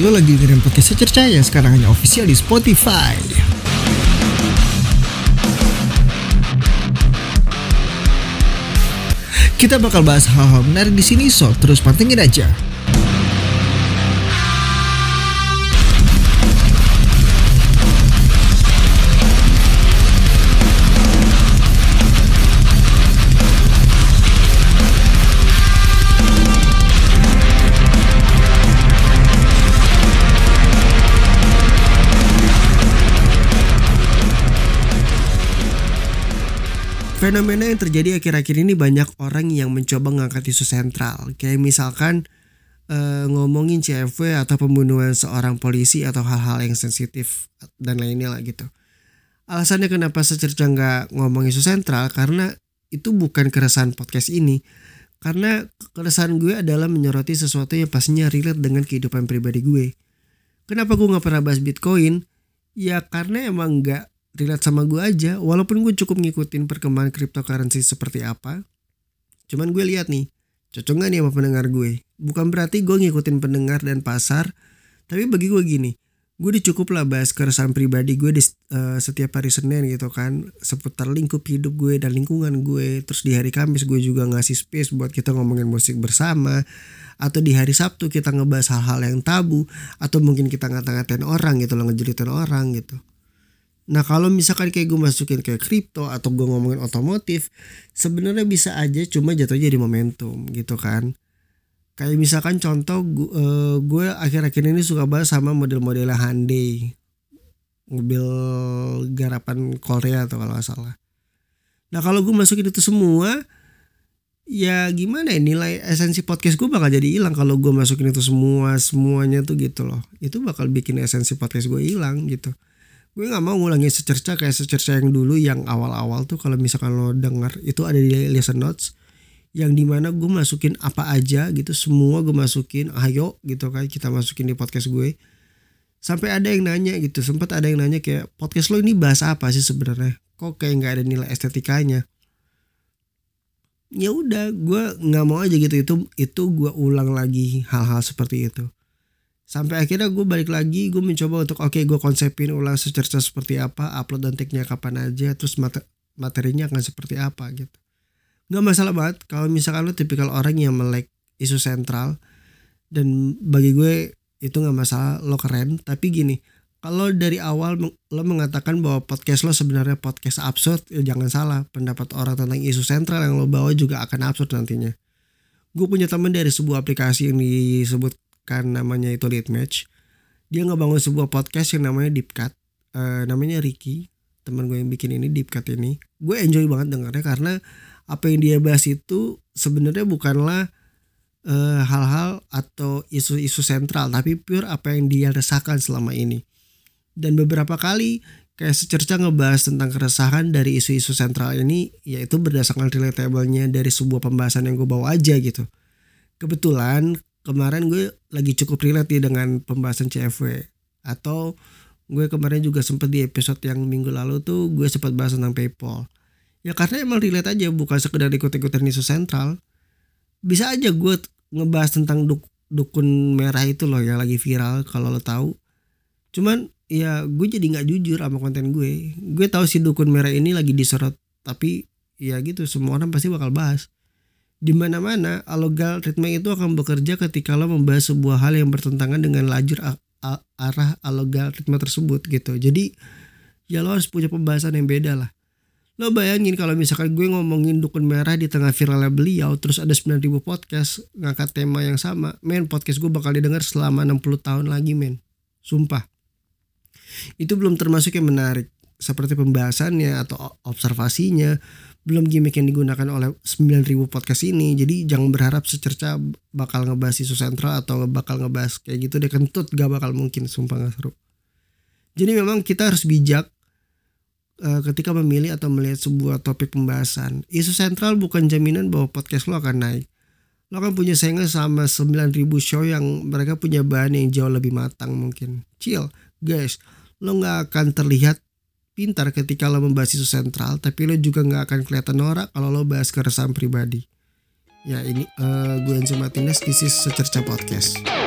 lo lagi dengerin podcast Secerca yang sekarang hanya official di Spotify. Kita bakal bahas hal-hal menarik di sini, so terus pantengin aja. Fenomena yang terjadi akhir-akhir ini, banyak orang yang mencoba ngangkat isu sentral. Kayak misalkan ngomongin CFW atau pembunuhan seorang polisi atau hal-hal yang sensitif dan lainnya lah gitu. Alasannya kenapa Secerca nggak ngomong isu sentral, karena itu bukan keresahan podcast ini. Karena keresahan gue adalah menyoroti sesuatu yang pastinya relate dengan kehidupan pribadi gue. Kenapa gue nggak pernah bahas Bitcoin? Ya karena emang nggak relate sama gue aja. Walaupun gue cukup ngikutin perkembangan cryptocurrency seperti apa, cuman gue lihat nih, cocok gak nih sama pendengar gue. Bukan berarti gue ngikutin pendengar dan pasar, tapi bagi gue gini, gue udah cukup lah bahas keresahan pribadi gue di setiap hari Senin gitu kan, seputar lingkup hidup gue dan lingkungan gue. Terus di hari Kamis gue juga ngasih space buat kita ngomongin musik bersama, atau di hari Sabtu kita ngebahas hal-hal yang tabu, atau mungkin kita ngata-ngatain orang gitu loh, ngejelitin orang gitu. Nah kalau misalkan kayak gue masukin kayak kripto atau gue ngomongin otomotif, sebenarnya bisa aja, cuma jatuhnya jadi momentum gitu kan. Kayak misalkan contoh gue akhir-akhir ini suka bahas sama model-model Hyundai, mobil garapan Korea atau kalau gak salah. Nah kalau gue masukin itu semua, ya gimana ya, nilai esensi podcast gue bakal jadi hilang kalau gue masukin itu semuanya tuh gitu loh. Itu bakal bikin esensi podcast gue hilang gitu. Gue gak mau ngulangin Secerca kayak Secerca yang dulu, yang awal-awal tuh kalau misalkan lo denger itu ada di listen notes, yang dimana gue masukin apa aja gitu, semua gue masukin, ayo gitu kan kita masukin di podcast gue. Sampai ada yang nanya gitu, sempat ada yang nanya kayak, podcast lo ini bahas apa sih sebenarnya? Kok kayak gak ada nilai estetikanya? Ya udah, gue gak mau aja gitu, itu gue ulang lagi hal-hal seperti itu. Sampai akhirnya gue balik lagi, gue mencoba untuk gue konsepin ulang Secerca seperti apa, upload dan take-nya kapan aja, terus materinya akan seperti apa gitu. Gak masalah banget kalau misalkan lo tipikal orang yang melek isu sentral, dan bagi gue itu gak masalah, lo keren. Tapi gini, kalau dari awal lo mengatakan bahwa podcast lo sebenarnya podcast absurd, ya jangan salah, pendapat orang tentang isu sentral yang lo bawa juga akan absurd nantinya. Gue punya teman dari sebuah aplikasi yang disebut kan namanya itu Lead Match. Dia ngebangun sebuah podcast yang namanya Deep Cut. Namanya Ricky, teman gue yang bikin ini Deep Cut ini. Gue enjoy banget dengarnya karena apa yang dia bahas itu sebenarnya bukanlah hal-hal atau isu-isu sentral, tapi pure apa yang dia rasakan selama ini. Dan beberapa kali kayak Secerca ngebahas tentang keresahan dari isu-isu sentral ini, yaitu berdasarkan relatable-nya dari sebuah pembahasan yang gue bawa aja gitu. Kebetulan kemarin gue lagi cukup relate dengan pembahasan CFW, atau gue kemarin juga sempat di episode yang minggu lalu tuh gue sempat bahas tentang PayPal. Ya karena emang relate aja, bukan sekedar ikut-ikutan isu sentral. Bisa aja gue ngebahas tentang dukun merah itu loh yang lagi viral kalau lo tahu. Cuman ya gue jadi nggak jujur sama konten gue. Gue tahu si dukun merah ini lagi disorot, tapi ya gitu, semua orang pasti bakal bahas. Di mana-mana algoritma itu akan bekerja ketika lo membahas sebuah hal yang bertentangan dengan lajur arah algoritma tersebut gitu. Jadi ya lo harus punya pembahasan yang beda lah. Lo bayangin kalau misalkan gue ngomongin dukun merah di tengah viralnya beliau, terus ada 9.000 podcast ngangkat tema yang sama, men, podcast gue bakal didengar selama 60 tahun lagi, men. Sumpah. Itu belum termasuk yang menarik seperti pembahasannya atau observasinya, belum gimmick yang digunakan oleh 9.000 podcast ini. Jadi jangan berharap Secerca bakal ngebahas isu sentral atau bakal ngebahas kayak gitu deh, kentut, gak bakal mungkin, sumpah gak seru. Jadi memang kita harus bijak ketika memilih atau melihat sebuah topik pembahasan. Isu sentral bukan jaminan bahwa podcast lo akan naik. Lo akan punya saingan sama 9.000 show yang mereka punya bahan yang jauh lebih matang mungkin. Chill guys, lo gak akan terlihat pintar ketika lo membahas isu sentral, tapi lo juga gak akan kelihatan norak kalau lo bahas keresahan pribadi. Ya ini gue Enzo Martinez, this is Secerca Podcast.